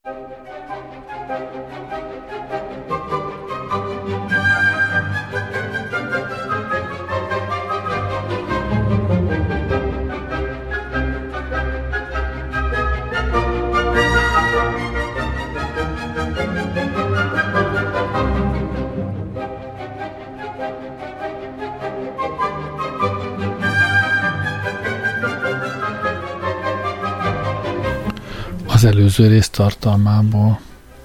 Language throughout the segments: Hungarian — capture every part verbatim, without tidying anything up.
Az előző rész tartalmából.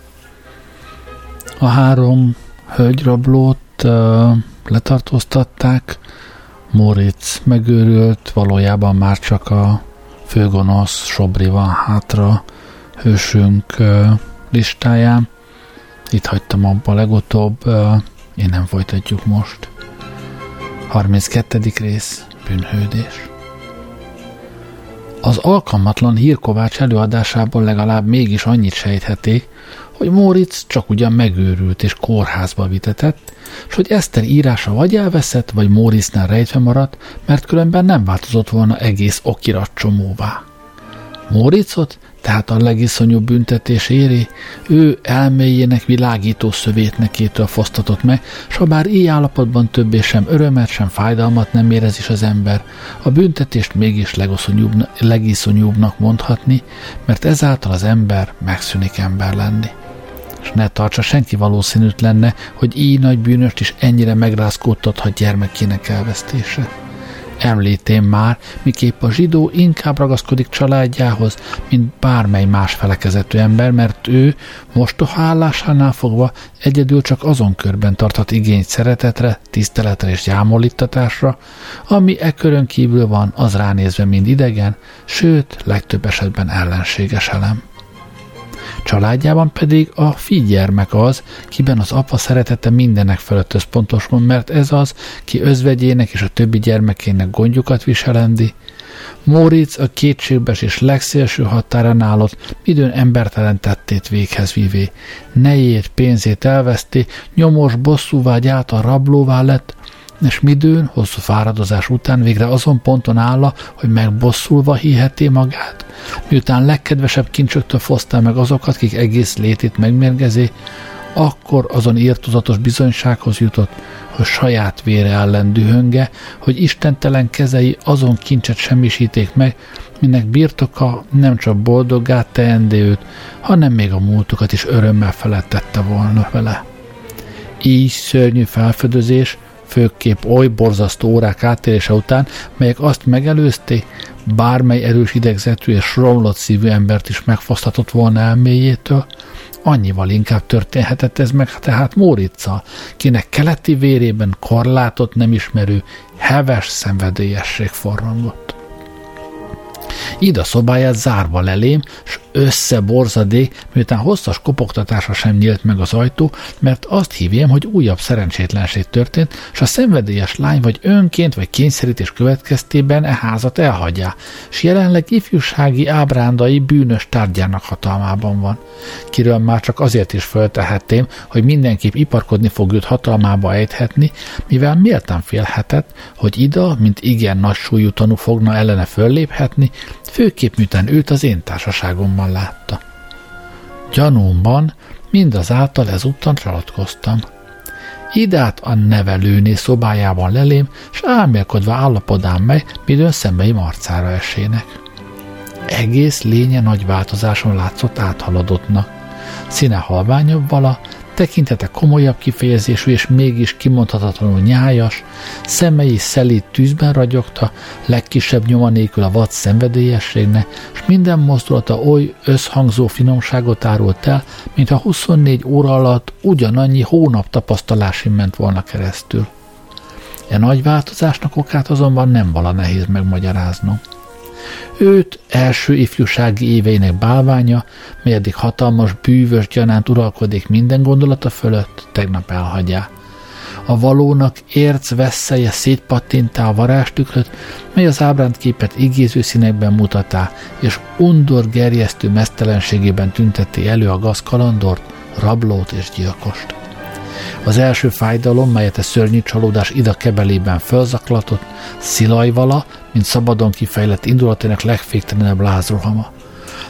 A három hölgyrablót uh, letartóztatták, Móricz megőrült, valójában már csak a főgonosz Sobri van hátra hősünk uh, listáján. Itt hagytam abba legutóbb, uh, én nem folytatjuk most. harminckettedik rész, bűnhődés. Az alkalmatlan hírkovács előadásából legalább mégis annyit sejtheti, hogy Móricz csak ugyan megőrült és kórházba vitetett, s hogy Eszter írása vagy elveszett, vagy Móricsnál rejtve maradt, mert különben nem változott volna egész okirat csomóvá. Móriczot tehát a legiszonyúbb büntetés éri, ő elméjének világító szövétnekétől fosztatott meg, s ha bár így állapotban többé sem örömet, sem fájdalmat nem érez is az ember, a büntetést mégis legiszonyúbbnak mondhatni, mert ezáltal az ember megszűnik ember lenni. És ne tartsa senki valószínűtlenne, hogy így nagy bűnöst is ennyire megrázkódtathat gyermekének elvesztése. Említém már, miképp a zsidó inkább ragaszkodik családjához, mint bármely más felekezetű ember, mert ő mostoha állásánál fogva egyedül csak azon körben tarthat igényt szeretetre, tiszteletre és gyámolítatásra, ami e körön kívül van, az ránézve mind idegen, sőt, legtöbb esetben ellenséges elem. Családjában pedig a figyermek az, kiben az apa szeretete mindenek fölött összpontosul, mert ez az, ki özvegyének és a többi gyermekének gondjukat viselendi. Móricz a kétségbes és legszélső határán állott, midőn embertelen tettét véghez vivé. Nejét, pénzét elveszti, nyomos bosszúvágy által rablóvá lett, és midőn, hosszú fáradozás után végre azon ponton áll, hogy megbosszulva hiheti magát, miután legkedvesebb kincsöktől fosztál meg azokat, kik egész létét megmérgezi, akkor azon irtózatos bizonysághoz jutott, hogy saját vére ellen dühönge, hogy istentelen kezei azon kincset semmisíték meg, minek birtoka nem csak boldoggá teendé őt, hanem még a múltukat is örömmel felettette volna vele. Így szörnyű felfedezés, főképp oly borzasztó órák átélése után, melyek azt megelőzték, bármely erős idegzetű és romlott szívű embert is megfoszthatott volna elméjétől, annyival inkább történhetett ez meg tehát Móriczal, kinek keleti vérében korlátot nem ismerő, heves szenvedélyesség forrongott. Ida szobáját zárva lelém, s összeborzadék, miután hosszas kopogtatásra sem nyílt meg az ajtó, mert azt hívjam, hogy újabb szerencsétlenség történt, s a szenvedélyes lány vagy önként, vagy kényszerítés következtében e házat elhagyja, s jelenleg ifjúsági ábrándai bűnös tárgyának hatalmában van. Kiről már csak azért is föltehetném, hogy mindenképp iparkodni fog őt hatalmába ejthetni, mivel méltán félhetett, hogy Ida, mint igen nagy súlyú tanú fogna ellene fölléphetni, főképp miután őt az én társaságomban látta. Gyanúmban mindazáltal ezúttal csalatkoztam. Idát a nevelőné szobájában lelém, s álmélkodva állapodám meg, midőn szemeim arcára esének. Egész lénye nagy változáson látszott áthaladottnak. Színe halványabb vala, tekintete komolyabb kifejezésű és mégis kimondhatatlanul nyájas, szemei szelíd tűzben ragyogta, legkisebb nyoma nélkül a vad szenvedélyességnek, s minden mozdulata oly összhangzó finomságot árult el, mintha huszonnégy óra alatt ugyanannyi hónap tapasztalásin ment volna keresztül. E nagy változásnak okát azonban nem vala nehéz megmagyaráznom. Őt első ifjúsági éveinek bálványa, mely eddig hatalmas bűvös gyanánt uralkodik minden gondolata fölött, tegnap elhagyá. A valónak érc vesszeje szétpattintá a varázstükröt, mely az ábrándképet igéző színekben mutatá, és undor gerjesztő meztelenségében tünteti elő a gazkalandort, rablót és gyilkost. Az első fájdalom, melyet a szörnyű csalódás Ida kebelében fölzaklatott, szilajvala, mint szabadon kifejlett indulatének legféktelenebb lázrohama.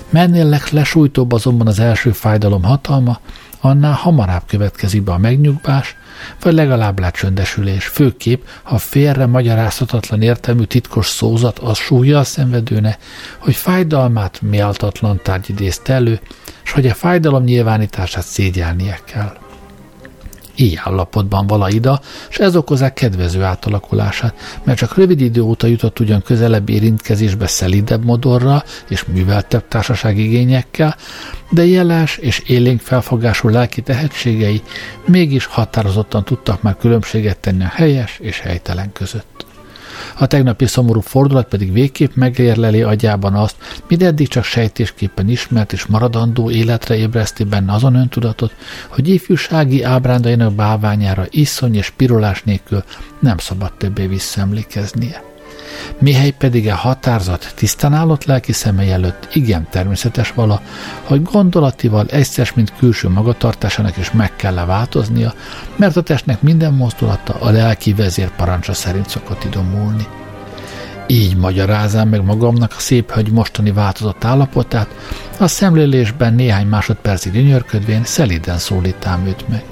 Mennél lesújtóbb azonban az első fájdalom hatalma, annál hamarabb következik be a megnyugvás, vagy legalább lecsöndesülés, főképp, ha félre magyarázhatatlan értelmű titkos szózat az súlya a szenvedőne, hogy fájdalmát méltatlan tárgy idézt elő, s hogy a fájdalom nyilvánítását szégyelnie kell. Így állapotban vala ida, s ez okozzák kedvező átalakulását, mert csak rövid idő óta jutott ugyan közelebb érintkezésbe szelidebb modorral és műveltebb társaságigényekkel, de jeles és élénk felfogású lelki tehetségei mégis határozottan tudtak már különbséget tenni a helyes és helytelen között. A tegnapi szomorú fordulat pedig végképp megérleli agyában azt, mindeddig csak sejtésképpen ismert és maradandó életre ébreszti benne azon öntudatot, hogy ifjúsági ábrándainak bálványára iszony és pirulás nélkül nem szabad többé visszaemlékeznie. Mihely pedig a határzat tisztán állott lelki szemei előtt igen természetes vala, hogy gondolatival egyszer, mint külső magatartásának is meg kell változnia, mert a testnek minden mozdulata a lelki vezér parancsa szerint szokott idomulni. Így magyarázám meg magamnak a szép hölgy mostani változott állapotát, a szemlélésben néhány másodpercig gyönyörködvén szelíden szólítám őt meg.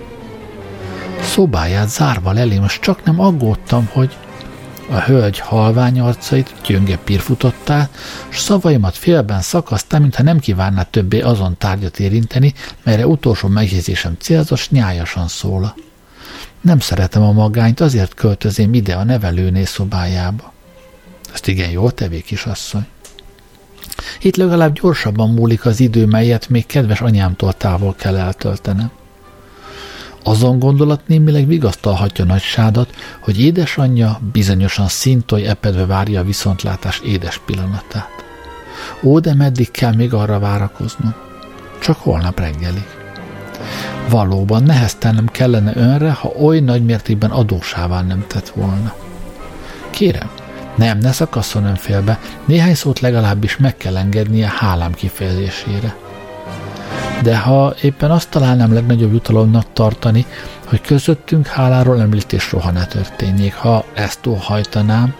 Szobáját zárva elém, most csak nem aggódtam, hogy a hölgy halvány arcait gyönge pirfutottá, s szavaimat félben szakasztá, mintha nem kívánná többé azon tárgyat érinteni, melyre utolsó megjegyzésem célzos, nyájasan szóla. Nem szeretem a magányt, azért költözém ide a nevelőné szobájába. Ezt igen jól tevé, kisasszony. Itt legalább gyorsabban múlik az idő, melyet még kedves anyámtól távol kell eltöltenem. Azon gondolat némileg vigasztalhatja nagysádat, hogy édesanyja bizonyosan szintoj epedve várja a viszontlátás édes pillanatát. Ó, de meddig kell még arra várakoznom? Csak holnap reggelig. Valóban neheztelnem kellene önre, ha oly nagy mértékben adósává nem tett volna. Kérem, nem, ne szakasszon ön félbe, néhány szót legalábbis meg kell engednie hálám kifejezésére. De ha éppen azt találnám legnagyobb jutalomnak tartani, hogy közöttünk háláról említés soha ne történjék, ha ezt túlhajtanám,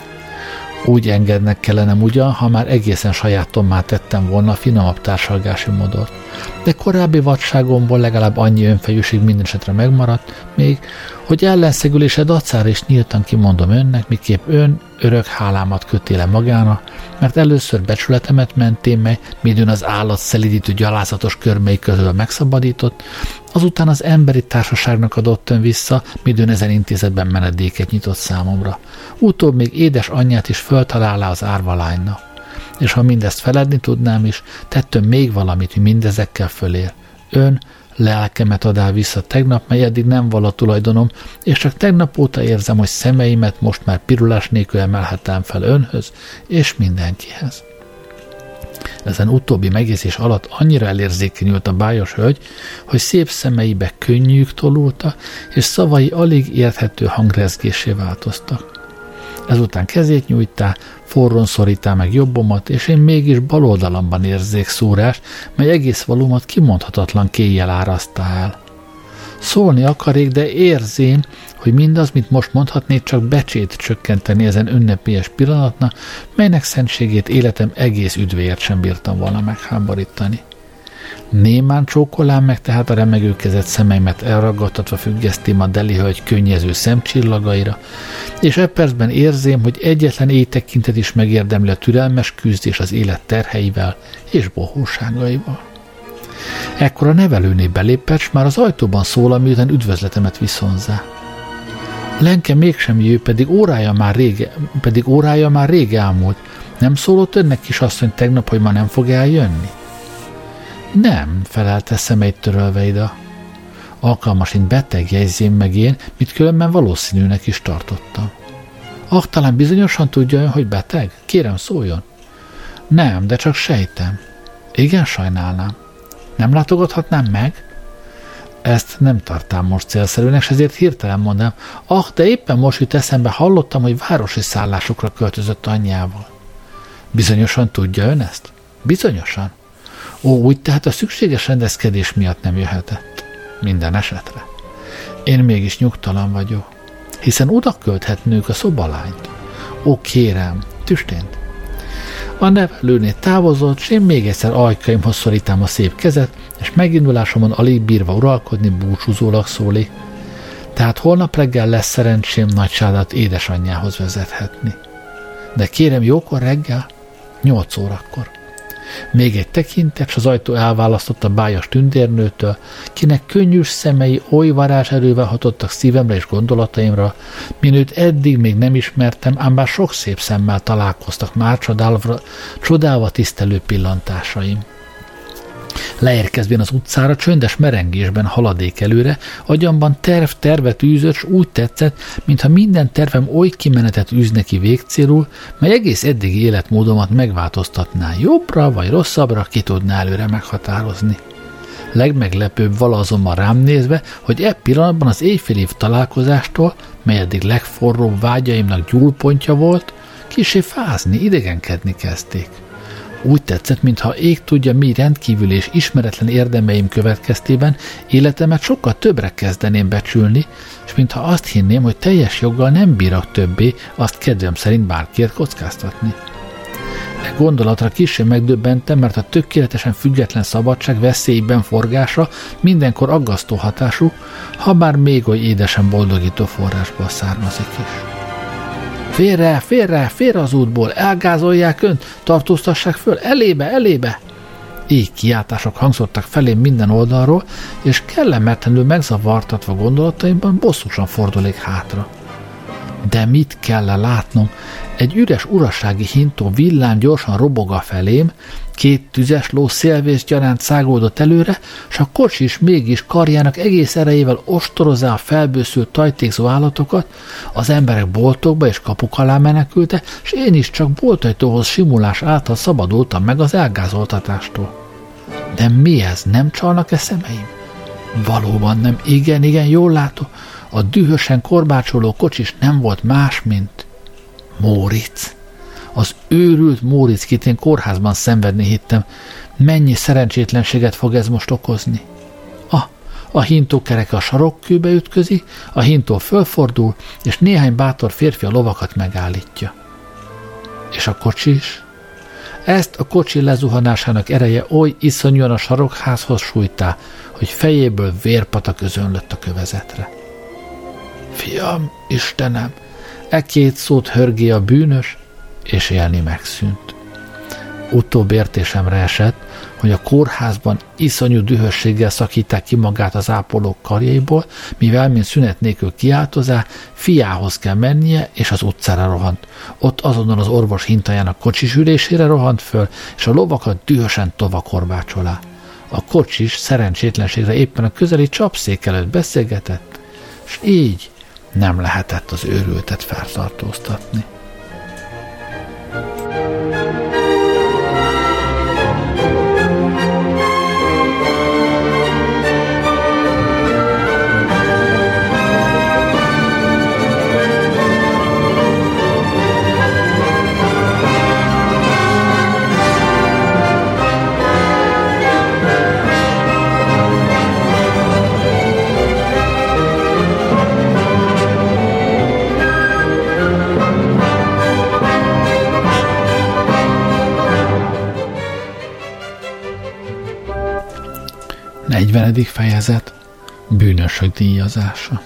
úgy engednek kellenem ugyan, ha már egészen sajátommá tettem volna a finomabb társalgási modort. De korábbi vadságomból legalább annyi önfejűség mindenesetre megmaradt, még, hogy ellenszegülése dacára is nyíltan kimondom önnek, miképp ön örök hálámat kötéle magána, mert először becsületemet mentém meg, midőn az állat szelidítő gyalázatos körmei közül megszabadított, azután az emberi társaságnak adott ön vissza, midőn ezen intézetben menedéket nyitott számomra. Utóbb még édes anyját is föltalálá az árva lányna. És ha mindezt feledni tudnám is, tettem még valamit, hogy mindezekkel fölér. Ön lelkemet adál vissza tegnap, mely eddig nem vala tulajdonom, és csak tegnap óta érzem, hogy szemeimet most már pirulás nélkül emelhetem fel önhöz és mindenkihez. Ezen utóbbi megjegyzés alatt annyira elérzékenyült a bájos hölgy, hogy szép szemeibe könnyűk tolulta, és szavai alig érthető hangrezgésé változtak. Ezután kezét nyújtá, forron szorítá meg jobbomat, és én mégis bal oldalamban érzék szúrást, mely egész valómat kimondhatatlan kéjjel árasztá el. Szólni akarék, de érzém, hogy mindaz, mit most mondhatnék, csak becsét csökkenteni ezen ünnepélyes pillanatnak, melynek szentségét életem egész üdvéért sem bírtam volna megháborítani. Némán csókolám meg tehát a remegő kezet szemeimet elragadtatva függesztém a deli hölgy könnyező szemcsillagaira, és e percben érzém, hogy egyetlen éjtekintet is megérdemli a türelmes küzdés az élet terheivel és bohóságaival. Ekkor a nevelőné belépett, s már az ajtóban szólal, miután üdvözletemet viszonzá. Lenke mégsem jő, pedig órája már rég, pedig órája már rég elmúlt. Nem szólott önnek, kisasszony, tegnap, hogy ma nem fog eljönni? Nem, felelte szemeit törölve ide. Alkalmasint beteg, jegyzém meg én, mit különben valószínűnek is tartottam. Ah, talán bizonyosan tudja ön, hogy beteg? Kérem, szóljon. Nem, de csak sejtem. Igen, sajnálnám. Nem látogathatnám meg? Ezt nem tartám most célszerűnek, és ezért hirtelen mondom. Ah, de éppen most jut eszembe, hallottam, hogy városi szállásokra költözött anyjával. Bizonyosan tudja ön ezt? Bizonyosan. Ó, úgy tehát a szükséges rendezkedés miatt nem jöhetett. Minden esetre. Én mégis nyugtalan vagyok, hiszen oda költhetnők a szobalányt. Ó, kérem, tüstént. A nevelőnél távozott, s én még egyszer ajkaimhoz szorítám a szép kezet, és megindulásomon alig bírva uralkodni búcsúzólag szólé. Tehát holnap reggel lesz szerencsém nagysádat édesanyjához vezethetni. De kérem, jókor reggel? Nyolc órakor. Még egy tekintet, s az ajtó elválasztott a bájas tündérnőtől, kinek könnyűs szemei oly varázserővel hatottak szívemre és gondolataimra, min őt eddig még nem ismertem, ám bár sok szép szemmel találkoztak már csodálva, csodálva tisztelő pillantásaim. Leérkezvén az utcára csöndes merengésben haladék előre, agyamban terv tervet űzött, s úgy tetszett, mintha minden tervem oly kimenetet űz neki végcélul, mely egész eddigi életmódomat megváltoztatná, jobbra vagy rosszabbra ki tudná előre meghatározni. Legmeglepőbb vala azonban rám nézve, hogy e pillanatban az éjfélév találkozástól, mely eddig legforróbb vágyaimnak gyúlpontja volt, kissé fázni, idegenkedni kezdték. Úgy tetszett, mintha ég tudja, mi rendkívül és ismeretlen érdemeim következtében életemet sokkal többre kezdeném becsülni, és mintha azt hinném, hogy teljes joggal nem bírok többé azt kedvem szerint bárkiért kockáztatni. E gondolatra kissé megdöbbentem, mert a tökéletesen független szabadság veszélyben forgása mindenkor aggasztó hatású, ha bár még oly édesen boldogító forrásból származik is. Félre, félre, félre az útból, elgázolják önt, tartóztassák föl, elébe, elébe! Így kiáltások hangzottak felém minden oldalról, és kellemetlenül megzavartatva gondolataimban bosszusan fordulék hátra. De mit kell-e látnom? Egy üres urasági hintó villám gyorsan robog a felém, két tüzes ló szélvész gyaránt szágódott előre, s a kocsi is mégis karjának egész erejével ostorozza a felbőszült tajtékzó állatokat, az emberek boltokba és kapuk alá menekültek, s én is csak boltajtóhoz simulás által szabadultam meg az elgázoltatástól. De mi ez? Nem csalnak e szemeim? Valóban nem, igen, igen, jól látom. A dühösen korbácsoló kocsis nem volt más, mint Móricz. Az őrült Móricz, kit én kórházban szenvedni hittem. Mennyi szerencsétlenséget fog ez most okozni? Ah, a hintó kereke a sarokkőbe ütközik, a hintó fölfordul, és néhány bátor férfi a lovakat megállítja. És a kocsis? Ezt a kocsi lezuhanásának ereje oly iszonyúan a sarokházhoz sújtá, hogy fejéből vérpatak özönlött a kövezetre. Fiam, Istenem, e két szót hörgé a bűnös, és élni megszűnt. Utóbb értésemre esett, hogy a kórházban iszonyú dühösséggel szakítják ki magát az ápolók karjaiból, mivel, mint szünet nélkül kiáltozá, fiához kell mennie, és az utcára rohant. Ott azonnal az orvos hintajának kocsis ülésére rohant föl, és a lovakat dühösen tovakorbácsolá. A kocsis szerencsétlenségre éppen a közeli csapszék előtt beszélgetett, és így nem lehetett az őrültet feltartóztatni. negyvenedik fejezet. Bűnösök díjazása.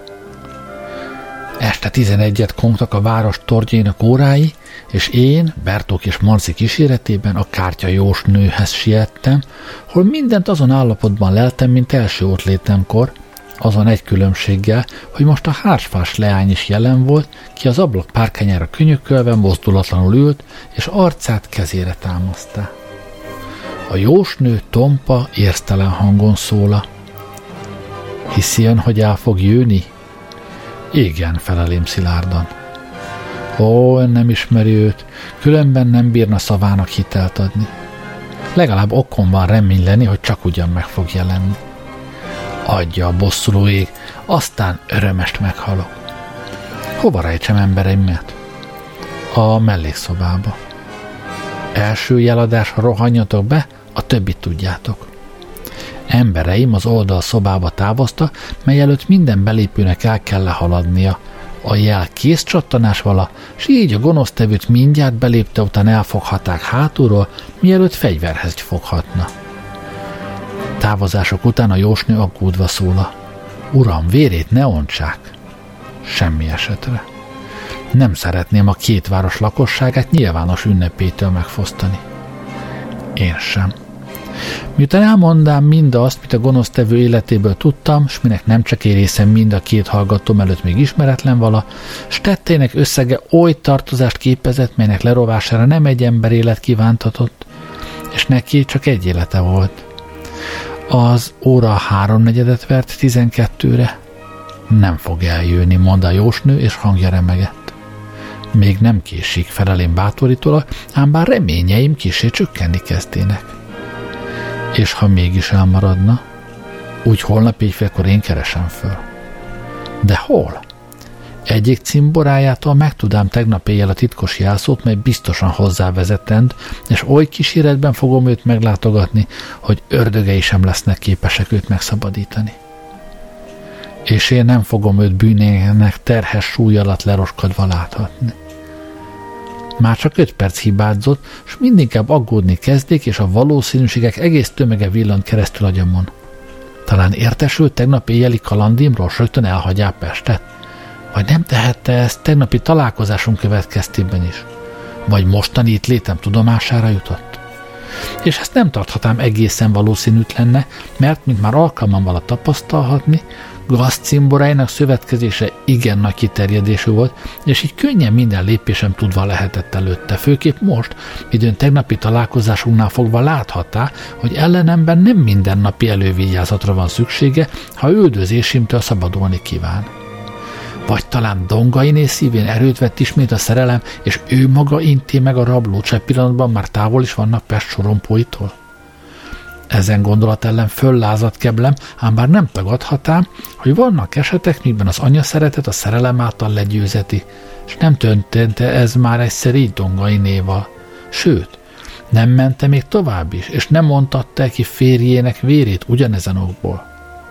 Este tizenegyet kongtak a város torgyainak órái, és én, Bertók és Marci kíséretében a kártya jósnőhez siettem, hol mindent azon állapotban leltem, mint első ott létemkor, azon egy különbséggel, hogy most a hársfás leány is jelen volt, ki az ablak párkányára könyökölve mozdulatlanul ült, és arcát kezére támasztá. A jósnő tompa, érztelen hangon szóla. Hiszi ön, hogy el fog jönni? Igen, felelém szilárdan. Ó, ön nem ismeri őt, különben nem bírna szavának hitelt adni. Legalább okon van reményleni, hogy csak ugyan meg fog jelenni. Adja a bosszuló ég, aztán örömest meghalok. Hova rejtsem embereimet? A mellékszobába. Első jeladásra rohanjatok be, a többit tudjátok. Embereim az oldal szobába távoztak, mely előtt minden belépőnek el kell lehaladnia. A jel kézcsattanás vala, s így a gonosztevőt mindjárt belépte, után elfoghatták hátulról, mielőtt fegyverhez foghatna. Távozások után a jósnő aggódva szóla. Uram, vérét ne ontsák. Semmi esetre. Nem szeretném a két város lakosságát nyilvános ünnepétől megfosztani. Én sem. Miután elmondám mindazt, mit a gonosztevő életéből tudtam, s minek nem csak részem mind a két hallgatóm előtt még ismeretlen vala, s tetteinek összege oly tartozást képezett, melynek lerovására nem egy ember élet kívántatott, és neki csak egy élete volt. Az óra háromnegyedet vert tizenkettőre. Nem fog eljönni, mondta a jósnő, és hangja remegett. Még nem késik, felelém bátorítólag, ám bár reményeim kissé csökkenni kezdének. És ha mégis elmaradna, úgy holnap éjfélkor én keresem föl. De hol? Egyik cimborájától megtudám tegnap éjjel a titkos jelszót, mely biztosan hozzávezetend, és oly kíséretben fogom őt meglátogatni, hogy ördögei sem lesznek képesek őt megszabadítani. És én nem fogom őt bűnének terhes súly alatt leroskadva láthatni. Már csak öt perc hibázott, s mindinkább aggódni kezdik, és a valószínűségek egész tömege villant keresztül agyamon. Talán értesült tegnap éjjeli kalandimról, s rögtön elhagyá Pestet? Vagy nem tehette ezt tegnapi találkozásunk következtében is? Vagy mostani itt létem tudomására jutott? És ezt nem tarthatám egészen valószínűtlenne, mert, mint már alkalmam vala tapasztalhatni, Gaz cimboráinak szövetkezése igen nagy kiterjedésű volt, és így könnyen minden lépésem tudva lehetett előtte, főképp most, midőn tegnapi találkozásunknál fogva láthattá, hogy ellenemben nem mindennapi elővigyázatra van szüksége, ha üldözésimtől szabadulni kíván. Vagy talán Dongainé szívén erőt vett ismét a szerelem, és ő maga inti meg a rablót, se pillanatban már távol is vannak Pest sorompóitól? Ezen gondolat ellen föllázadt keblem, ám bár nem tagadhatám, hogy vannak esetek, mikben az anya szeretet a szerelem által legyőzeti, és nem történt ez már egyszer így Dongainéval. Sőt, nem mente még tovább is, és nem mondtatta ki férjének vérét ugyanezen okból.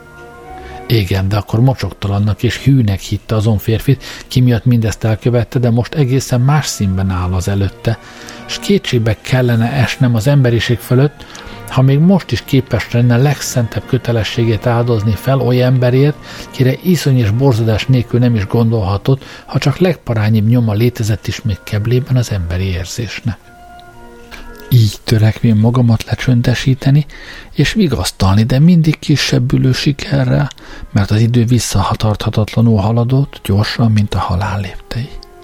Igen, de akkor mocsoktalannak és hűnek hitte azon férfit, ki miatt mindezt elkövette, de most egészen más színben áll az előtte, s kétségbe kellene esnem az emberiség fölött, ha még most is képes lenne legszentebb kötelességét áldozni fel oly emberért, kire iszony és borzadás nélkül nem is gondolhatott, ha csak legparányibb nyoma létezett is még keblében az emberi érzésnek. Így törekvén magamat lecsöndesíteni és vigasztalni, de mindig kisebbülő sikerrel, mert az idő visszatarthatatlanul haladott, gyorsan, mint a halál léptei.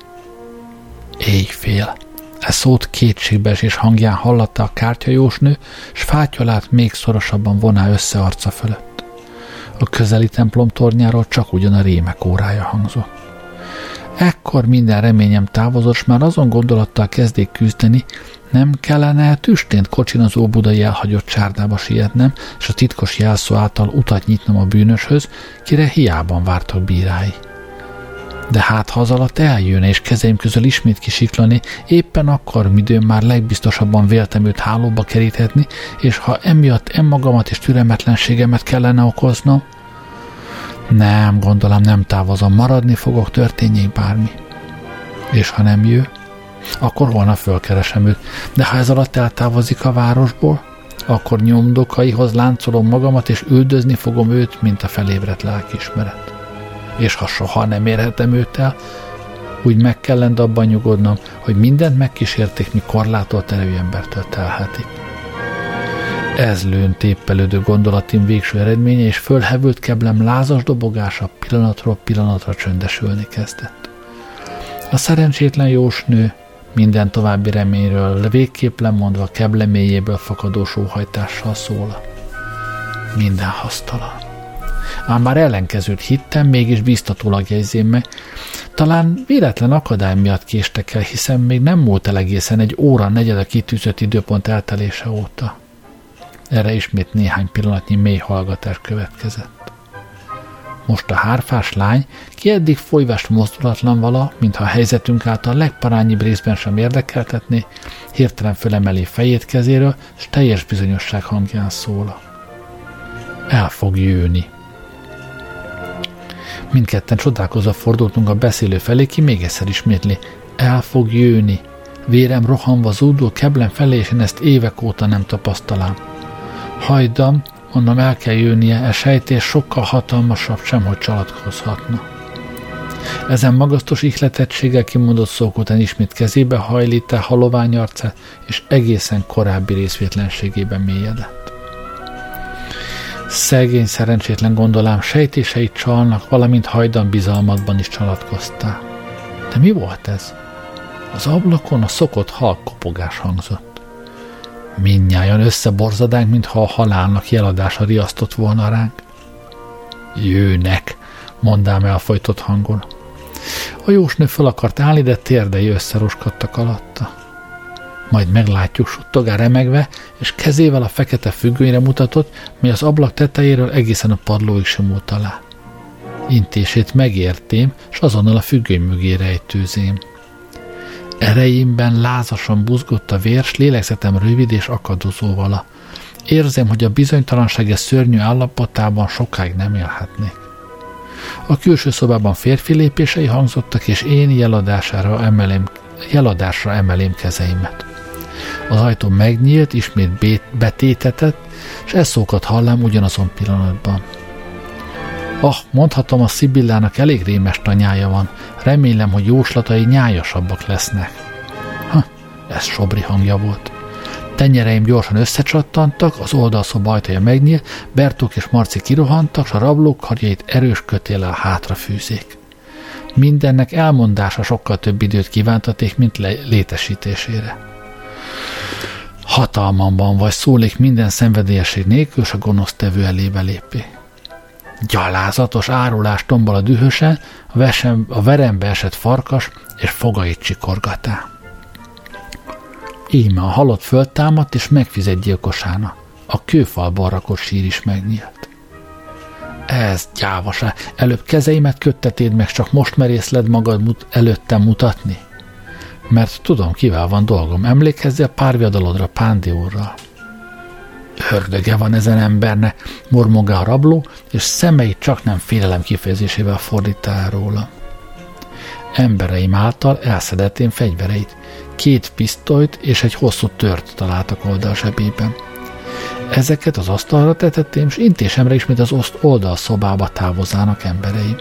Éjfél. E szót kétségbeesés hangján hallatta a kártyajósnő, s fátyolát még szorosabban voná össze arca fölött. A közeli templom tornyáról csak ugyan a rémek órája hangzott. Ekkor minden reményem távozott, s már azon gondolattal kezdék küzdeni, nem kellene tüstént kocsin az óbudai elhagyott csárdába sietnem, és a titkos jelszó által utat nyitnom a bűnöshöz, kire hiában vártak bírái. De hát ha az alatt eljönne és kezeim közül ismét kisiklani, éppen akkor, midőn már legbiztosabban véltem őt hálóba keríthetni, és ha emiatt önmagamat és türelmetlenségemet kellene okoznom, nem, gondolom nem távozom, maradni fogok, történjék bármi. És ha nem jö, akkor holnap fölkeresem őt, de ha ez alatt eltávozik a városból, akkor nyomdokaihoz láncolom magamat, és üldözni fogom őt, mint a felébredt lelkiismeret. És ha soha nem érhetem őt el, úgy meg kellene abban nyugodnom, hogy mindent megkísérték, mi korlátolt erői embertől telhetik. Ez lőn téppelődő gondolatim végső eredménye, és fölhevült keblem lázas dobogása pillanatról pillanatra csöndesülni kezdett. A szerencsétlen jósnő minden további reményről végképp lemondva kebleméjéből fakadó sóhajtással szól. Minden hasztalan. Ám már ellenkezőt hittem, mégis biztatólag jegyzém meg. Talán véletlen akadály miatt késtek el, hiszen még nem múlt el egészen egy óra negyed a kitűzött időpont eltelése óta. Erre ismét néhány pillanatnyi mély hallgatás következett. Most a hárfás lány, ki eddig folyvást mozdulatlan vala, mintha a helyzetünk által legparányibb részben sem érdekeltetné, hirtelen fölemeli fejét kezéről, s teljes bizonyosság hangján szól. El fog jönni. Mindketten csodálkozva fordultunk a beszélő felé, ki még egyszer ismétli. El fog jönni. Vérem rohanva zúdul Keblen felé, és én ezt évek óta nem tapasztalám. Hajdam, mondom, el kell jönnie, e sejtés sokkal hatalmasabb, semhogy csalatkozhatna. Ezen magasztos ihletettséggel kimondott szók után ismét kezébe hajlítta halovány arcát, és egészen korábbi részvétlenségében mélyedett. Szegény, szerencsétlen gondolám, sejtéseit csalnak, valamint hajdan bizalmatban is csalatkoztál. De mi volt ez? Az ablakon a szokott halk kopogás hangzott. Mindnyájan összeborzadánk, mintha a halálnak jeladása riasztott volna ránk. Jőnek, mondám elfojtott hangon. A jósnő föl akart állni, de térdei összeroskadtak alatta. Majd meglátjuk, suttogál remegve, és kezével a fekete függönyre mutatott, mely az ablak tetejéről egészen a padlóig simult alá. Intését megértém, s azonnal a függöny mögé rejtőzém. Erejémben lázasan buzgott a vér, s lélegzetem rövid és akadozó vala. Érzem, hogy a bizonytalanság és szörnyű állapotában sokáig nem élhetnék. A külső szobában férfi lépései hangzottak, és én jeladására emelém, jeladásra emelém kezeimet. Az ajtó megnyílt, ismét betétetett, és ez szókat hallám ugyanazon pillanatban. Ah, mondhatom, a Szibillának elég rémes tanyája van. Remélem, hogy jóslatai nyájasabbak lesznek. Ha, ez Sobri hangja volt. Tenyereim gyorsan összecsattantak, az oldalszoba ajtaja megnyílt, Bertók és Marci kirohantak, s a rablók karjait erős kötéllel hátrafűzék. Mindennek elmondása sokkal több időt kívántaték, mint létesítésére. Hatalmamban vagy, szólék minden szenvedélyesség nélkül, s a gonosztevő elébe lépé. Gyalázatos árulás tombol a dühösen, a, vesem, a verembe esett farkas, és fogait csikorgatá. Íme a halott föltámadt, és megfizet gyilkosának. A kőfalban rakott sír is megnyílt. Ez gyávaság, előbb kezeimet köttetéd meg, csak most merészled magad mut- előttem mutatni? Mert tudom, kivel van dolgom, emlékezzél párviadalodra Pándi úrral. Ördöge van ezen embernek, mormogál a rabló, és szemeit csak nem félelem kifejezésével fordítá el róla. Embereim által elszedettem fegyvereit, két pisztolyt és egy hosszú tört találtak oldalzsebében. Ezeket az asztalra tetettem, és intésemre ismét az oszt oldalszobába távozának embereim.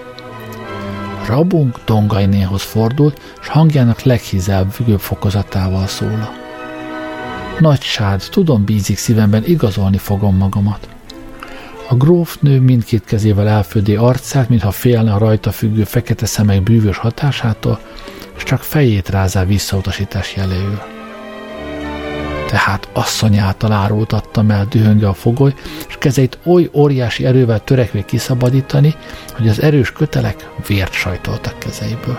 Rabunk Dongainéhoz fordult, s hangjának leghízelvűbb fokozatával szóla. Nagysád, tudom, bízik szívemben, igazolni fogom magamat. A grófnő mindkét kezével elfödi arcát, mintha félne a rajta függő fekete szemek bűvös hatásától, és csak fejét rázá visszautasítás jeléül. Tehát asszony által árultattam el, dühönge a fogoly, és kezeit oly óriási erővel törekvé kiszabadítani, hogy az erős kötelek vért sajtoltak kezeiből.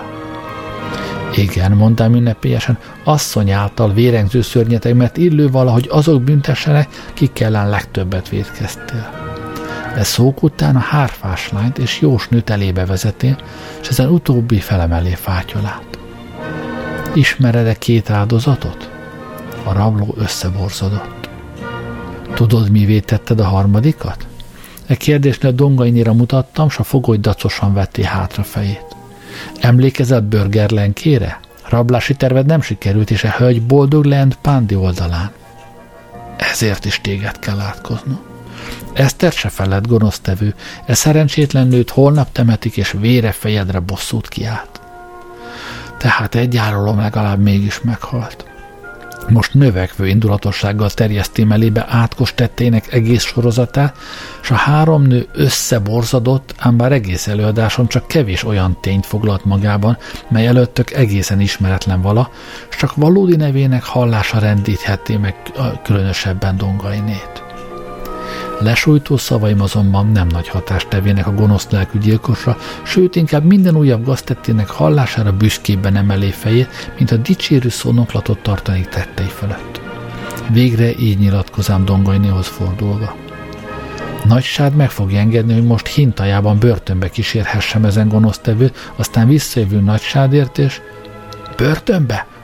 Igen, mondám ünnepélyesen, asszony által vérengző szörnyetek, mert illő valahogy azok büntessenek, kik ellen legtöbbet vétkeztél. E szók után a hárfás lányt és jósnőt elébe vezetél, és ezen utóbbi felemelé fátyolát. Ismered-e két áldozatot? A rabló összeborzodott. Tudod, mivé tetted a harmadikat? E kérdésnél Dongainéra mutattam, s a fogoly dacosan vetté hátra fejét. Emlékezel Börgerlenkére? Rablási terved nem sikerült, és a hölgy boldog lent Pándi oldalán. Ezért is téged kell átkoznom. Eszter se felett gonosztevő, e szerencsétlen nőt holnap temetik, és vére fejedre bosszút kiált. Tehát egy árulom legalább mégis meghalt. Most növekvő indulatossággal terjesztém elébe átkos tettének egész sorozatát, s a három nő összeborzadott, ám bár egész előadáson csak kevés olyan tényt foglalt magában, mely előttök egészen ismeretlen vala, s csak valódi nevének hallása rendítheti meg különösebben Dongainét. Lesújtó szavaim azonban nem nagy hatást tevének a gonosz lelkű gyilkosra, sőt inkább minden újabb gaztettének hallására büszkébben emelé fejét, mint a dicsérő szónoklatot tartanék tettei fölött. Végre így nyilatkozám Dongainéhoz fordulva. Nagysád meg fogja engedni, hogy most hintajában börtönbe kísérhessem ezen gonosztevőt, aztán visszajövő Nagysádért, és börtönbe?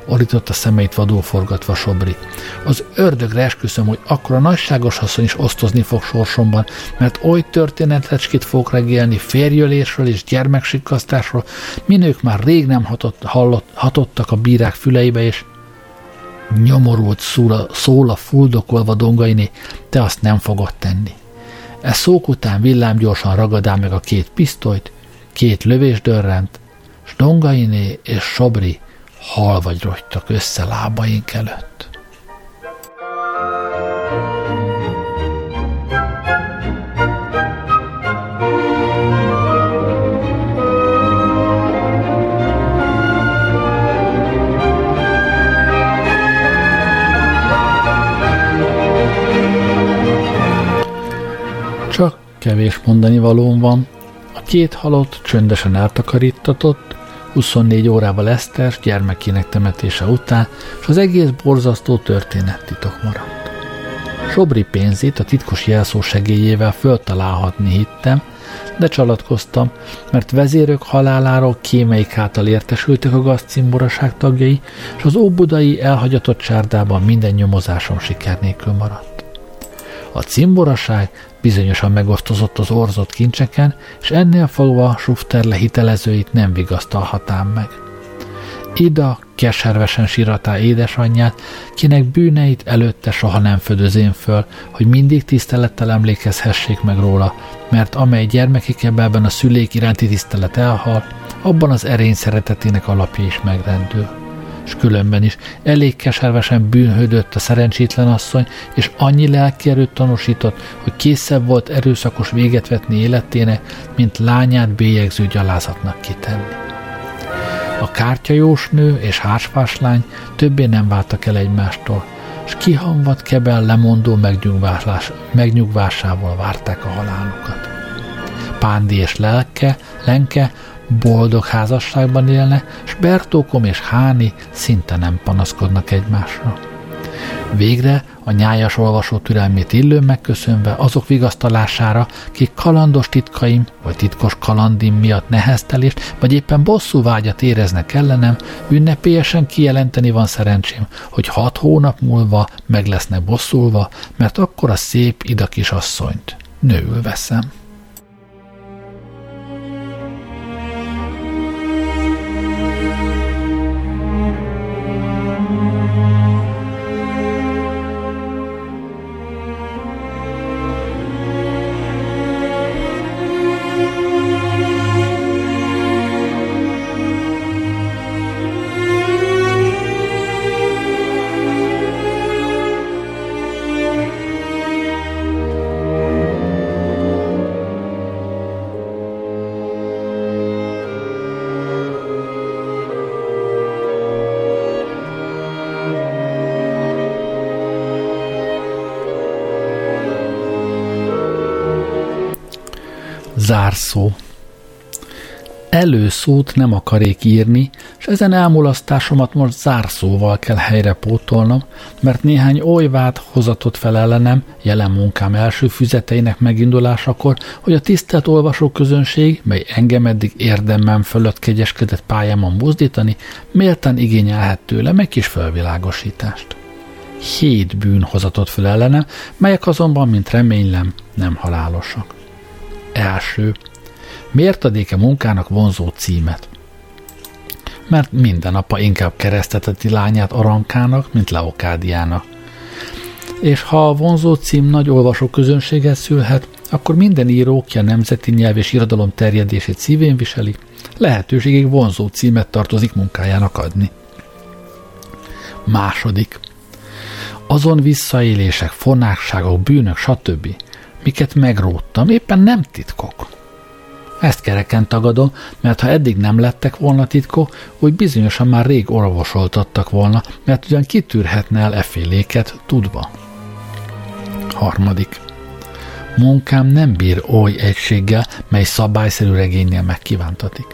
Ordított a szemeit vadul forgatva Sobri. Az ördögre esküszöm, hogy akkor a nagyságos asszony is osztozni fog sorsomban, mert oly történetlecskét fogok regélni férjölésről és gyermeksikkasztásról, minők már rég nem hatott, hallott, hatottak a bírák füleibe, és nyomorult szól, szól a fuldokolva Dongainé, te azt nem fogod tenni. E szók után villámgyorsan ragadál meg a két pisztolyt, két lövés dörrent, s Dongainé és Sobri halvagyrogytak össze lábaink előtt. Csak kevés mondani valóm van. A két halott csöndesen eltakarítatott, huszonnégy órával Eszter gyermekének temetése után, és az egész borzasztó történet titok maradt. Sobri pénzét a titkos jelszó segélyével föltalálhatni hittem, de csalatkoztam, mert vezérök haláláról kémeik által értesültek a gazcimboraság tagjai, és az óbudai elhagyatott csárdában minden nyomozásom siker nélkül maradt. A cimboraság bizonyosan megosztozott az orzott kincseken, és ennél fogva Sufterle hitelezőit nem vigasztalhatám meg. Ida keservesen síratá édesanyját, kinek bűneit előtte soha nem födözén föl, hogy mindig tisztelettel emlékezhessék meg róla, mert amely gyermekikebben a szülék iránti tisztelet elhal, abban az erény szeretetének alapja is megrendül. És különben is elég keservesen bűnhődött a szerencsétlen asszony, és annyi lelkierőt tanúsított, hogy készebb volt erőszakos véget vetni életének, mint lányát bélyegző gyalázatnak kitenni. A kártyajós nő és hársfás lány többé nem váltak el egymástól, és kihamvadt kebel lemondó megnyugvás, megnyugvásával várták a halálukat. Pándi és lelke, Lenke boldog házasságban élne, s Bertókom és Háni szinte nem panaszkodnak egymásra. Végre a nyájas olvasó türelmét illőn megköszönve azok vigasztalására, kik kalandos titkaim vagy titkos kalandim miatt neheztelést, vagy éppen bosszú vágyat éreznek ellenem, ünnepélyesen kijelenteni van szerencsém, hogy hat hónap múlva meg lesznek bosszulva, mert akkor a szép Ida kisasszonyt nőül veszem. Zárszó. Előszót nem akarék írni, és ezen elmulasztásomat most zárszóval kell helyre pótolnom, mert néhány oly vád hozatott fel ellenem jelen munkám első füzeteinek megindulásakor, hogy a tisztelt olvasóközönség, mely engem eddig érdemem fölött kegyeskedett pályámon buzdítani, méltán igényelhet tőlem egy kis felvilágosítást. Hét bűn hozatott fel ellenem, melyek azonban, mint reménylem, nem halálosak. Első. Miért adék-e munkának vonzó címet? Mert minden apa inkább kereszteteti lányát Arankának, mint Leokádiának. És ha a vonzó cím nagy olvasó közönséget szülhet, akkor minden író, ki a nemzeti nyelv és irodalom terjedését szívén viseli, lehetőségig vonzó címet tartozik munkájának adni. Második. Azon visszaélések, fonákságok, bűnök, stb., miket megróttam, éppen nem titkok. Ezt kereken tagadom, mert ha eddig nem lettek volna titkok, úgy bizonyosan már rég orvosoltattak volna, mert ugyan kitűrhetne el efféléket tudva. Harmadik. Munkám nem bír oly egységgel, mely szabályszerű regénynél megkívántatik.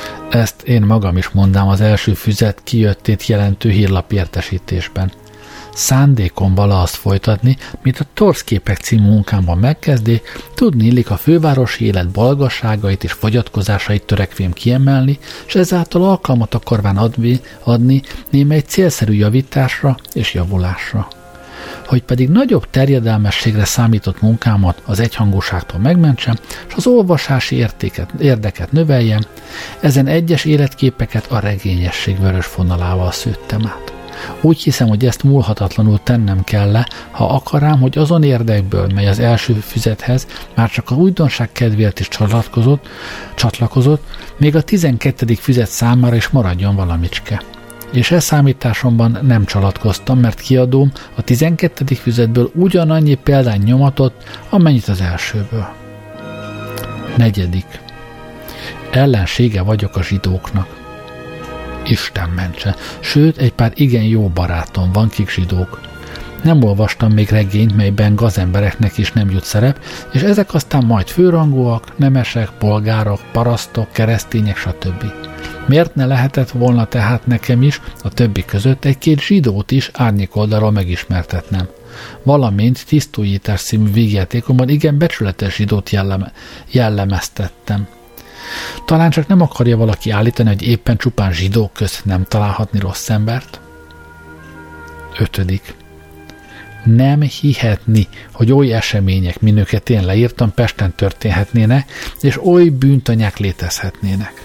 Ezt én magam is mondám az első füzet kijöttét jelentő hírlap értesítésben. Szándékom vala azt folytatni, mint a Torszképek című munkámban megkezdi, tudni illik a fővárosi élet balgasságait és fogyatkozásait törekvém kiemelni, és ezáltal alkalmat akarván adni, adni némely célszerű javításra és javulásra. Hogy pedig nagyobb terjedelmességre számított munkámat az egyhangúságtól megmentsem, és az olvasási értéket, érdeket növeljem, ezen egyes életképeket a regényesség vörös fonalával szőttem át. Úgy hiszem, hogy ezt múlhatatlanul tennem kell-e, ha akarám, hogy azon érdekből, mely az első füzethez már csak a újdonság kedvéért is csatlakozott, csatlakozott, még a tizenkettedik füzet számára is maradjon valamicske. És e számításomban nem csalatkoztam, mert kiadóm a tizenkettedik füzetből ugyanannyi példány nyomatott, amennyit az elsőből. Negyedik. Ellensége vagyok a zsidóknak. Isten mentse, sőt, egy pár igen jó barátom van, kik zsidók. Nem olvastam még regényt, melyben gazembereknek is nem jut szerep, és ezek aztán majd főrangúak, nemesek, polgárok, parasztok, keresztények, stb. Miért ne lehetett volna tehát nekem is a többi között egy-két zsidót is árnyékoldalról megismertetnem? Valamint Tisztújítás című vígjátékomban igen becsületes zsidót jelleme, jellemeztettem. Talán csak nem akarja valaki állítani, hogy éppen csupán zsidók közt nem találhatni rossz embert? Ötödik. Nem hihetni, hogy oly események, minőket én leírtam, Pesten történhetnének, és oly bűntanyák létezhetnének.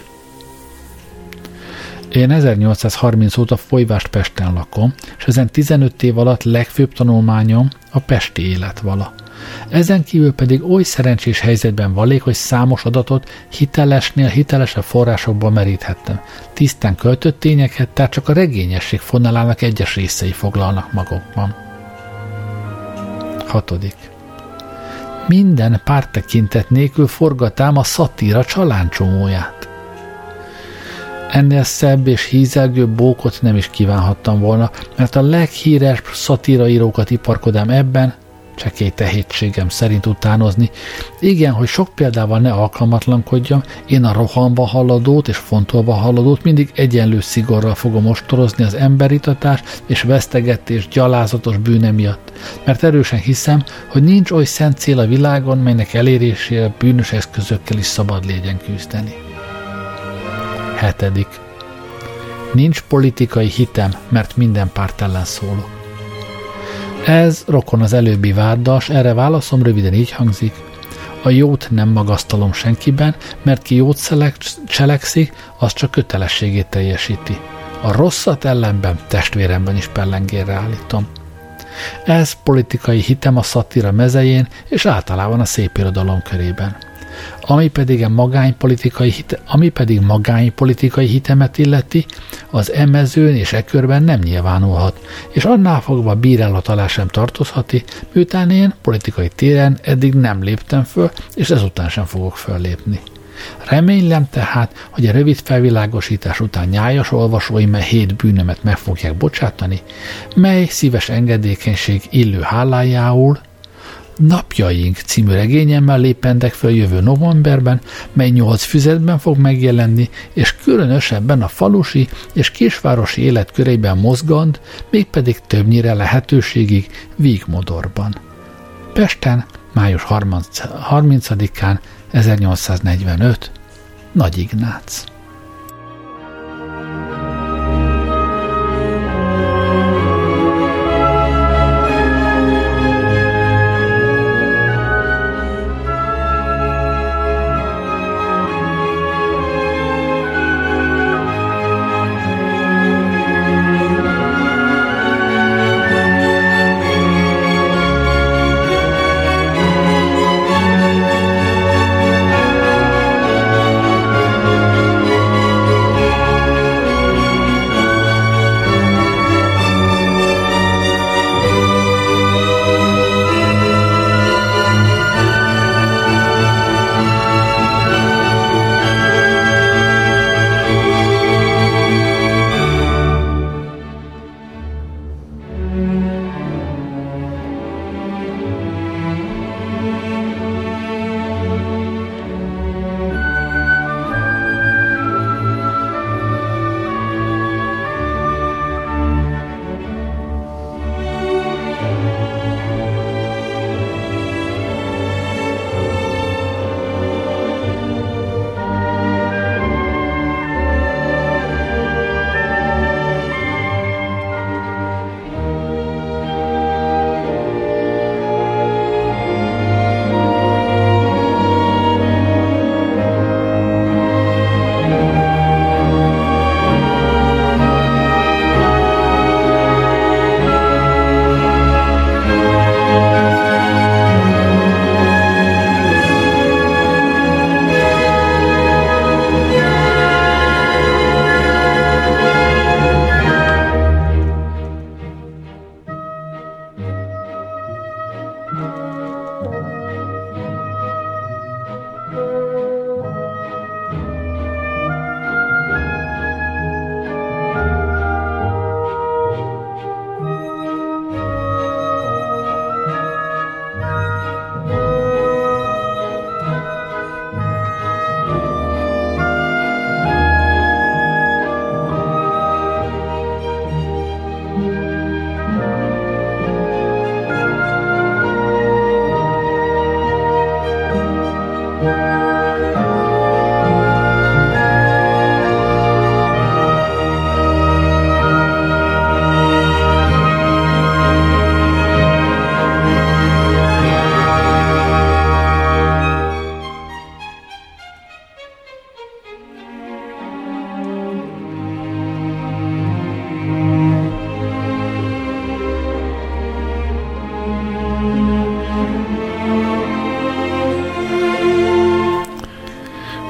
Én ezernyolcszázharminc óta Folyvást Pesten lakom, és ezen tizenöt év alatt legfőbb tanulmányom a pesti élet vala. Ezen kívül pedig oly szerencsés helyzetben valék, hogy számos adatot hitelesnél hitelesebb forrásokból meríthettem. Tisztán költött tényeket, tehát csak a regényesség fonalának egyes részei foglalnak magukban. Hatodik. Minden párttekintet nélkül forgatám a szatíra csaláncsomóját. Ennél szebb és hízelgő bókot nem is kívánhattam volna, mert a leghíres szatíraírókat iparkodám ebben, csekély tehétségem szerint utánozni. Igen, hogy sok példával ne alkalmatlankodjam, én a rohanva haladót és fontolva haladót mindig egyenlő szigorral fogom ostorozni az emberitatás és vesztegetés gyalázatos bűne miatt, mert erősen hiszem, hogy nincs oly szent cél a világon, melynek elérésére bűnös eszközökkel is szabad légyen küzdeni. Hetedik. Nincs politikai hitem, mert minden párt ellen szólok. Ez rokon az előbbi váddal, s erre válaszom röviden így hangzik. A jót nem magasztalom senkiben, mert ki jót cselekszik, az csak kötelességét teljesíti. A rosszat ellenben, testvéremben is pellengérre állítom. Ez politikai hitem a szatíra mezején, és általában a szépirodalom körében. Ami pedig, a magánypolitikai hite, ami pedig magánypolitikai hitemet illeti, az emezőn és e körben nem nyilvánulhat, és annál fogva bírálat alá sem tartozhati, miután én politikai téren eddig nem léptem föl, és ezután sem fogok föllépni. Remélem tehát, hogy a rövid felvilágosítás után nyájas olvasóim e hét bűnömet meg fogják bocsátani, mely szíves engedékenység illő hálájául Napjaink című regényemmel lépendek föl jövő novemberben, mely nyolc füzetben fog megjelenni, és különösebben a falusi és kisvárosi élet körében mozgand, mégpedig többnyire lehetőségig vígmodorban. Pesten, május harmincadikán ezernyolcszáznegyvenöt. Nagy Ignác.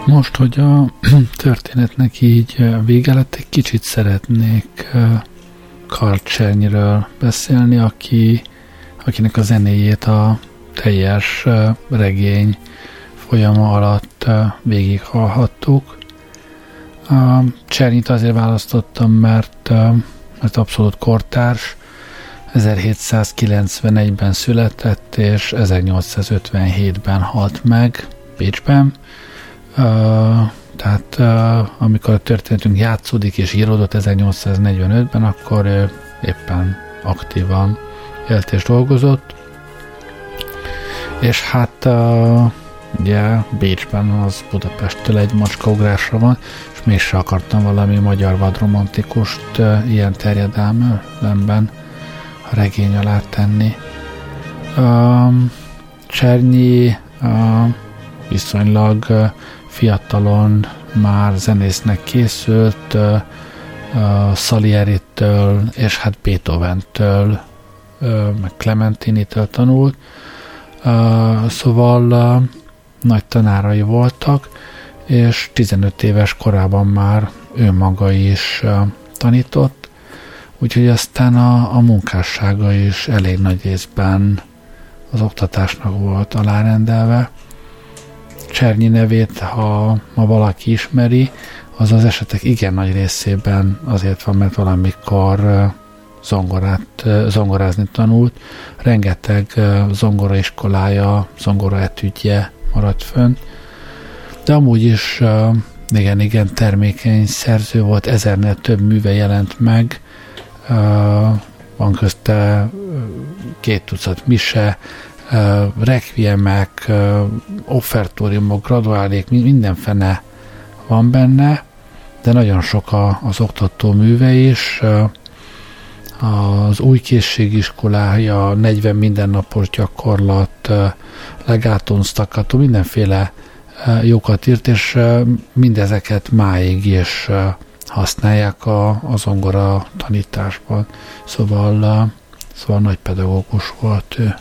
Most, hogy a történetnek így vége lett, egy kicsit szeretnék Karl Czernyről beszélni, aki, akinek a zenéjét a teljes regény folyama alatt végighallhattuk. Czernyit azért választottam, mert, mert abszolút kortárs, ezerhétszázkilencvenegyben született, és ezernyolcszázötvenhétben halt meg Bécsben. Uh, tehát uh, amikor a történetünk játszódik és íródott ezernyolcszáznegyvenötben, akkor ő éppen aktívan élt és dolgozott. És hát uh, ugye Bécsben az Budapesttől egy macskaugrásra van, és mégse akartam valami magyar vadromantikust uh, ilyen terjedelmben a regény alá tenni. Uh, Csernyi uh, viszonylag uh, fiatalon már zenésznek készült, uh, uh, Salieri-től és hát Beethoven-től, uh, meg Clementini-től tanult, uh, szóval uh, nagy tanárai voltak, és tizenöt éves korában már ő maga is uh, tanított, úgyhogy aztán a, a munkássága is elég nagy részben az oktatásnak volt alárendelve. Csernyi nevét, ha ma valaki ismeri, az az esetek igen nagy részében azért van, mert valamikor zongorát, zongorázni tanult. Rengeteg zongoraiskolája, zongoraetüdje maradt fönn. De amúgy is igen-igen termékeny szerző volt, ezernél több műve jelent meg. Van közte két tucat mise, Uh, requiemek, uh, offertóriumok, graduálék, mindenfene van benne, de nagyon sok a, az oktató műve is. Uh, az új készségiskolája, negyven mindennapos gyakorlat, uh, legaton, staccato, mindenféle uh, jókat írt, és uh, mindezeket máig is uh, használják a, a zongora tanításban. Szóval, uh, szóval nagy pedagógus volt ő.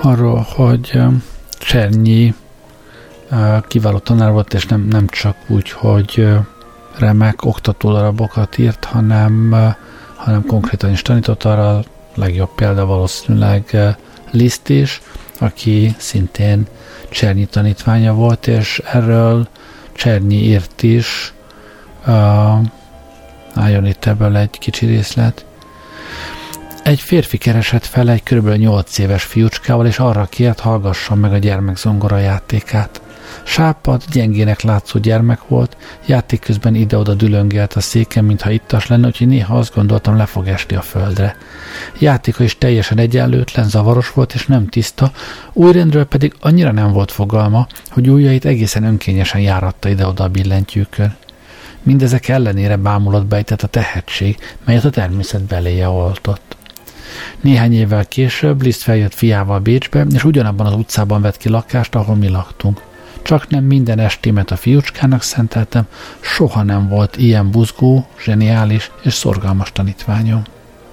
arról, hogy Csernyi kiváló tanár volt, és nem, nem csak úgy, hogy remek oktatólarabokat írt, hanem, hanem konkrétan is tanított. Arra a legjobb példa valószínűleg Liszt is, aki szintén Csernyi tanítványa volt, és erről Csernyi írt is. Uh, álljon itt ebből egy kicsi részlet. Egy férfi keresett fel egy kb. nyolc éves fiúcskával, és arra kért, hallgasson meg a gyermek zongora játékát. Sápad, gyengének látszó gyermek volt, játék közben ide-oda dülöngélt a széken, mintha ittas lenne, úgyhogy néha azt gondoltam, le fog esni a földre. Játéka is teljesen egyenlőtlen, zavaros volt és nem tiszta, újrendről pedig annyira nem volt fogalma, hogy ujjait egészen önkényesen járatta ide-oda a billentyűkön. Mindezek ellenére bámulat bejtett a tehetség, melyet a természet beléje oltott. Néhány évvel később Liszt feljött fiával Bécsbe, és ugyanabban az utcában vett ki lakást, ahol mi laktunk. Csak nem minden estémet a fiúcskának szenteltem, soha nem volt ilyen buzgó, zseniális és szorgalmas tanítványom.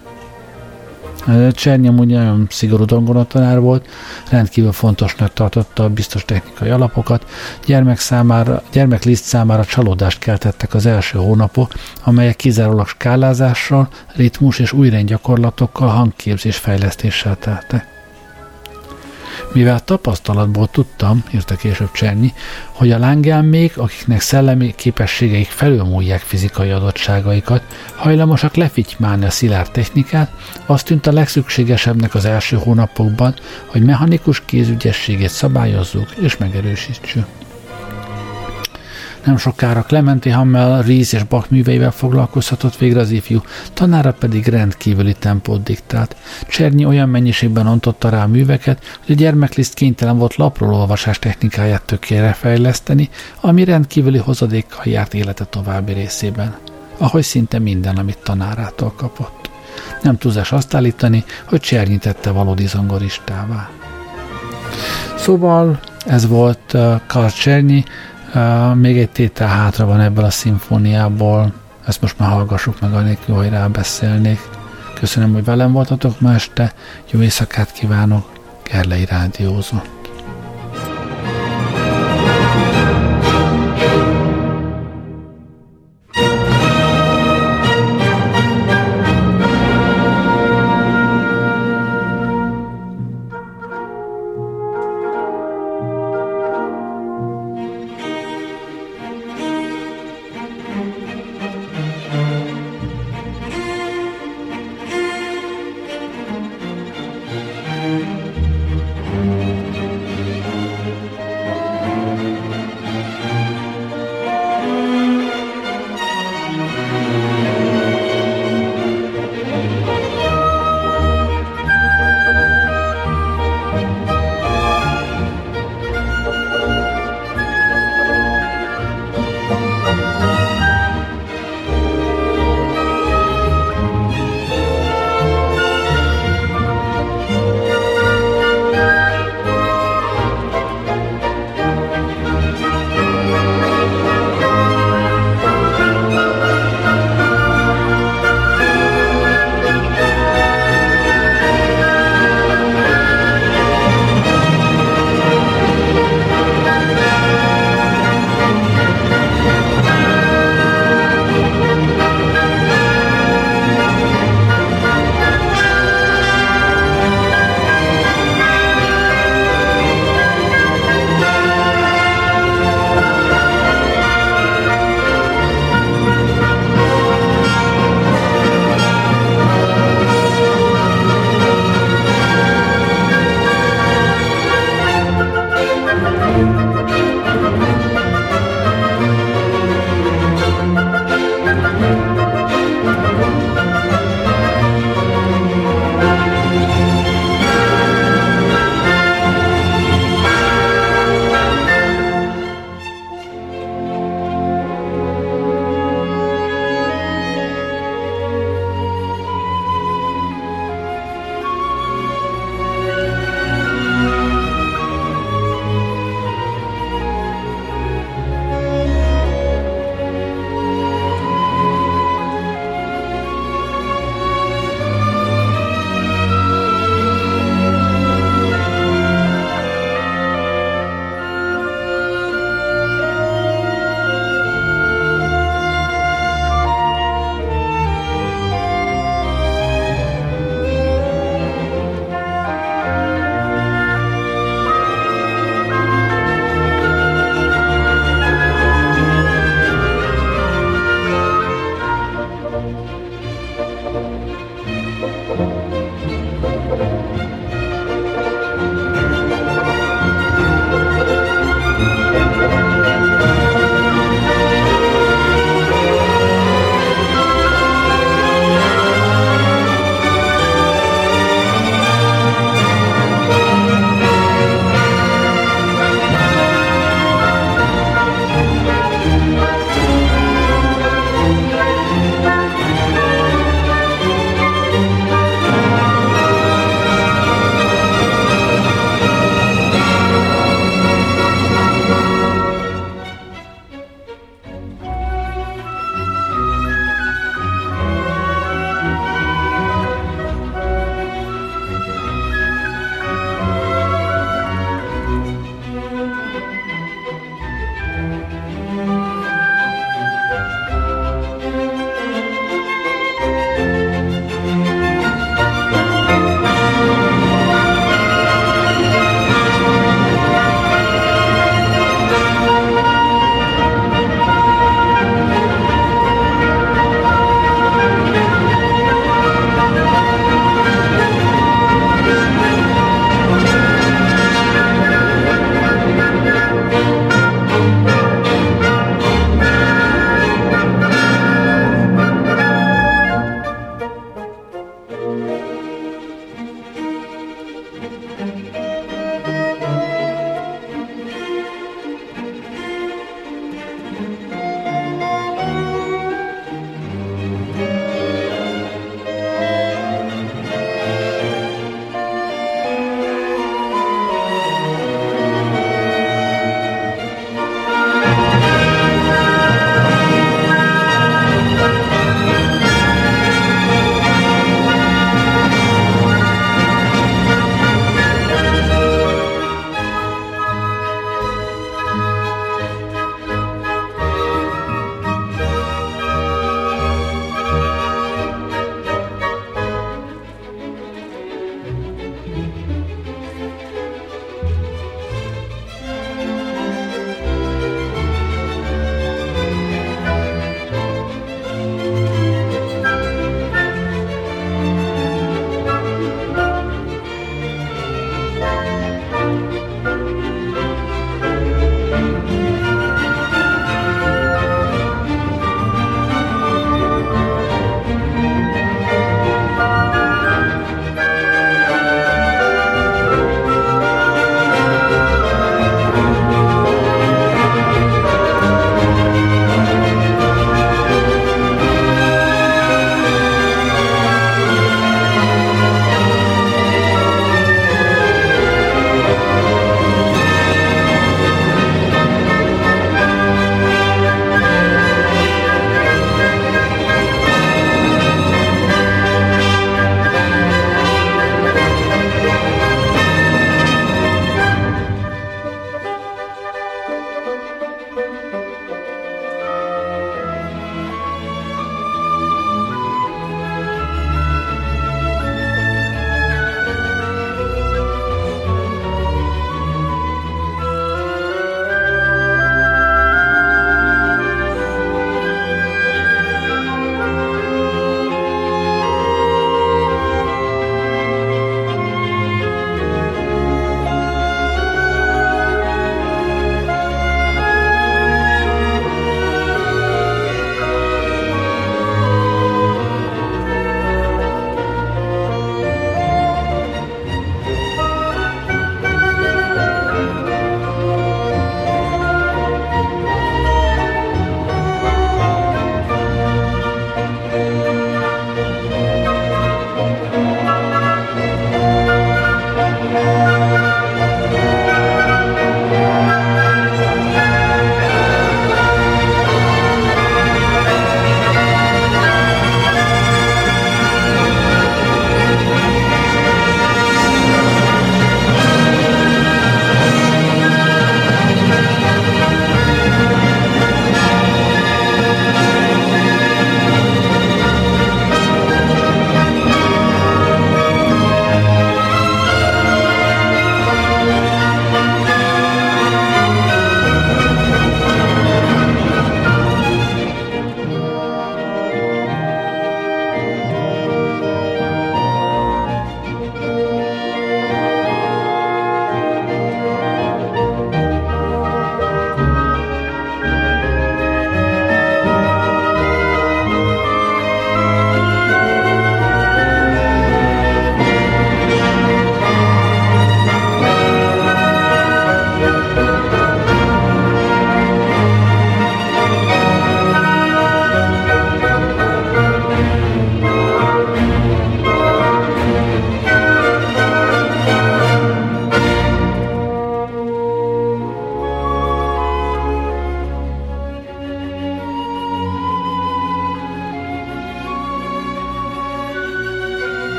Csernyi amúgy nagyon szigorú zongoratanár volt, rendkívül fontosnak tartotta a biztos technikai alapokat, gyermek számára, gyermek Liszt számára csalódást keltettek az első hónapok, amelyek kizárólag skálázással, ritmus és újrendgyakorlatokkal, hangképzés fejlesztéssel teltek. Mivel tapasztalatból tudtam, írta később Csernyi, hogy a lángelmék, akiknek szellemi képességeik felülmúlják fizikai adottságaikat, hajlamosak lefitymálni a szilárd technikát, azt tűnt a legszükségesebbnek az első hónapokban, hogy mechanikus kézügyességét szabályozzuk és megerősítsük. Nem sokára Clementi Hammel, Ries és Bach műveivel foglalkozhatott végre az ifjú, tanára pedig rendkívüli tempót diktált. Csernyi olyan mennyiségben ontotta rá a műveket, hogy a gyermek Liszt kénytelen volt lapról olvasás technikáját tökére fejleszteni, ami rendkívüli hozadékkal járt élete további részében, ahogy szinte minden, amit tanárától kapott. Nem túlzás azt állítani, hogy Csernyi tette valódi zongoristává. Szóval ez volt uh, Karl Csernyi. Uh, még egy tétel hátra van ebből a szimfóniából, ezt most már hallgassuk meg, anélkül, hogy rábeszélnék. Köszönöm, hogy velem voltatok ma este, jó éjszakát kívánok, Gerlei rádiózott.